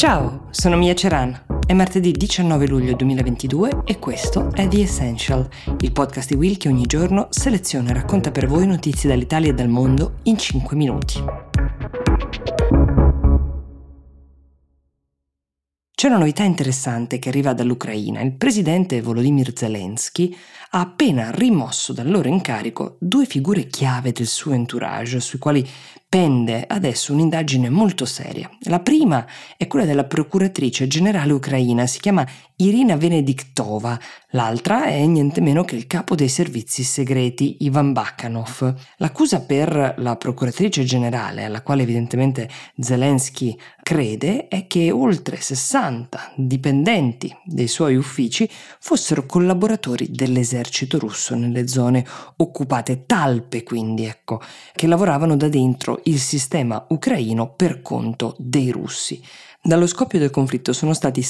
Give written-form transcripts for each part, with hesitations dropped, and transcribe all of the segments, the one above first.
Ciao, sono Mia Ceran. È martedì 19 luglio 2022 e questo è The Essential, il podcast di Will che ogni giorno seleziona e racconta per voi notizie dall'Italia e dal mondo in 5 minuti. C'è una novità interessante che arriva dall'Ucraina. Il presidente Volodymyr Zelensky ha appena rimosso dal loro incarico 2 figure chiave del suo entourage, sui quali pende adesso un'indagine molto seria. La prima è quella della procuratrice generale ucraina, si chiama Irina Venediktova. L'altra è niente meno che il capo dei servizi segreti Ivan Bakanov. L'accusa per la procuratrice generale, alla quale evidentemente Zelensky crede, è che oltre 60 dipendenti dei suoi uffici fossero collaboratori dell'esercito russo nelle zone occupate, talpe quindi, che lavoravano da dentro il sistema ucraino per conto dei russi. Dallo scoppio del conflitto sono stati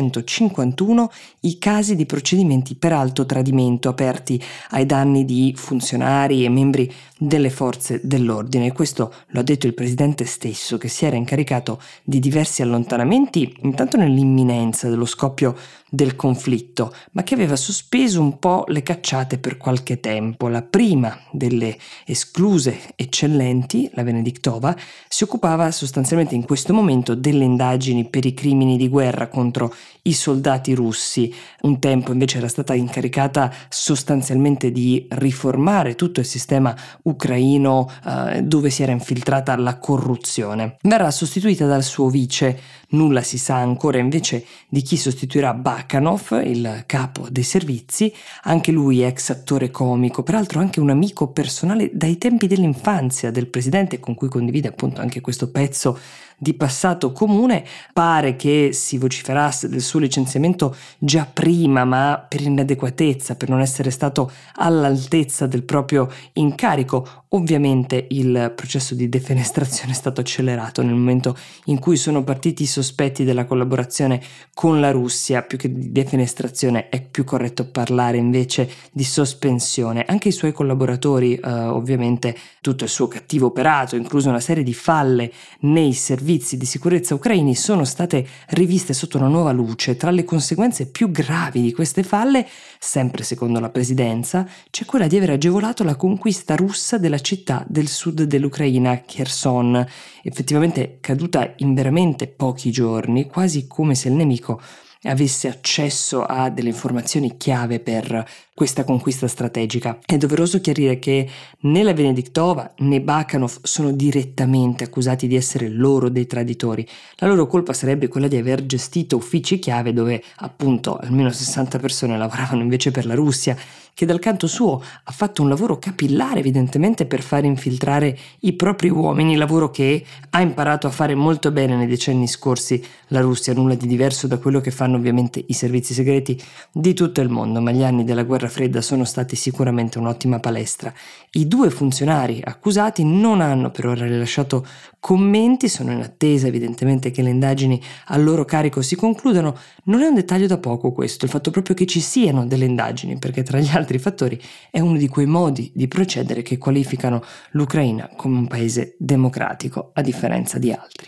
651 i casi di procedimenti per alto tradimento aperti ai danni di funzionari e membri delle forze dell'ordine. Questo lo ha detto il presidente stesso, che si era incaricato di diversi allontanamenti, intanto nell'imminenza dello scoppio del conflitto, ma che aveva sospeso un po' le cacciate per qualche tempo. La prima delle escluse eccellenti, la Venediktova, si occupava sostanzialmente in questo momento delle indagini per i crimini di guerra contro i soldati russi. Un tempo invece era stata incaricata sostanzialmente di riformare tutto il sistema ucraino dove si era infiltrata la corruzione. Verrà sostituita dal suo vice, nulla si sa ancora invece di chi sostituirà Bakanov, il capo dei servizi, anche lui ex attore comico, peraltro anche un amico personale dai tempi dell'infanzia del presidente, con cui condivide appunto anche questo pezzo di passato comune. Pare che si vociferasse del suo licenziamento già prima, ma per inadeguatezza, per non essere stato all'altezza del proprio incarico. Ovviamente il processo di defenestrazione è stato accelerato nel momento in cui sono partiti i sospetti della collaborazione con la Russia. Più che di defenestrazione è più corretto parlare invece di sospensione. Anche i suoi collaboratori, ovviamente tutto il suo cattivo operato, incluso una serie di falle nei servizi di sicurezza ucraini, sono state riviste sotto una nuova luce. Tra le conseguenze più gravi di queste falle, sempre secondo la presidenza, c'è quella di aver agevolato la conquista russa della città del sud dell'Ucraina, Kherson, effettivamente caduta in veramente pochi giorni, quasi come se il nemico avesse accesso a delle informazioni chiave per questa conquista strategica. È doveroso chiarire che né la Venediktova né Bakanov sono direttamente accusati di essere loro dei traditori. La loro colpa sarebbe quella di aver gestito uffici chiave dove appunto almeno 60 persone lavoravano invece per la Russia, che dal canto suo ha fatto un lavoro capillare evidentemente per far infiltrare i propri uomini, lavoro che ha imparato a fare molto bene nei decenni scorsi la Russia, nulla di diverso da quello che fanno ovviamente i servizi segreti di tutto il mondo, ma gli anni della guerra fredda sono stati sicuramente un'ottima palestra. I 2 funzionari accusati non hanno per ora rilasciato commenti, sono in attesa evidentemente che le indagini al loro carico si concludano. Non è un dettaglio da poco questo, il fatto proprio che ci siano delle indagini, perché tra gli altri fattori è uno di quei modi di procedere che qualificano l'Ucraina come un paese democratico a differenza di altri.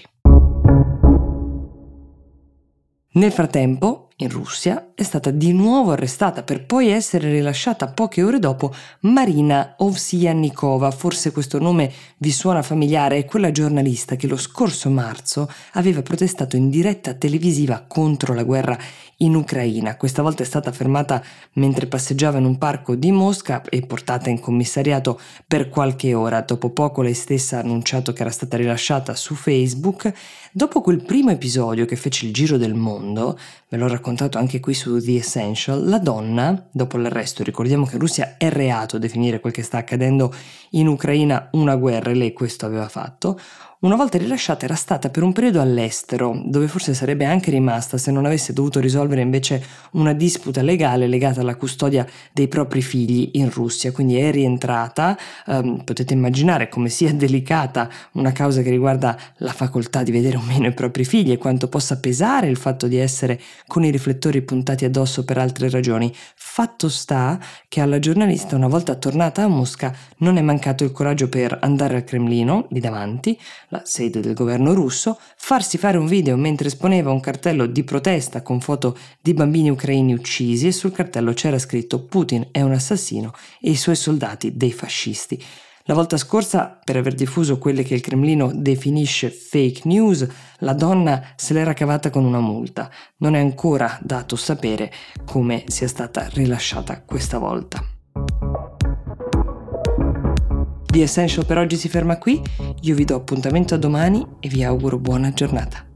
Nel frattempo, in Russia, è stata di nuovo arrestata per poi essere rilasciata poche ore dopo Marina Ovsyannikova. Forse questo nome vi suona familiare, è quella giornalista che lo scorso marzo aveva protestato in diretta televisiva contro la guerra in Ucraina. Questa volta è stata fermata mentre passeggiava in un parco di Mosca e portata in commissariato per qualche ora. Dopo poco lei stessa ha annunciato che era stata rilasciata su Facebook. Dopo quel primo episodio che fece il giro del mondo, ve l'ho raccontato anche qui su The Essential, la donna, dopo l'arresto, ricordiamo che in Russia è reato definire quel che sta accadendo in Ucraina una guerra e lei questo aveva fatto, una volta rilasciata era stata per un periodo all'estero, dove forse sarebbe anche rimasta se non avesse dovuto risolvere invece una disputa legale legata alla custodia dei propri figli in Russia, quindi è rientrata. Potete immaginare come sia delicata una causa che riguarda la facoltà di vedere o meno i propri figli e quanto possa pesare il fatto di essere con i riflettori puntati addosso per altre ragioni. Fatto sta che alla giornalista, una volta tornata a Mosca, non è mancato il coraggio per andare al Cremlino, lì davanti. la sede del governo russo, farsi fare un video mentre esponeva un cartello di protesta con foto di bambini ucraini uccisi e sul cartello c'era scritto «Putin è un assassino e i suoi soldati dei fascisti». La volta scorsa, per aver diffuso quelle che il Cremlino definisce fake news, la donna se l'era cavata con una multa. Non è ancora dato sapere come sia stata rilasciata questa volta. The Essential per oggi si ferma qui, io vi do appuntamento a domani e vi auguro buona giornata.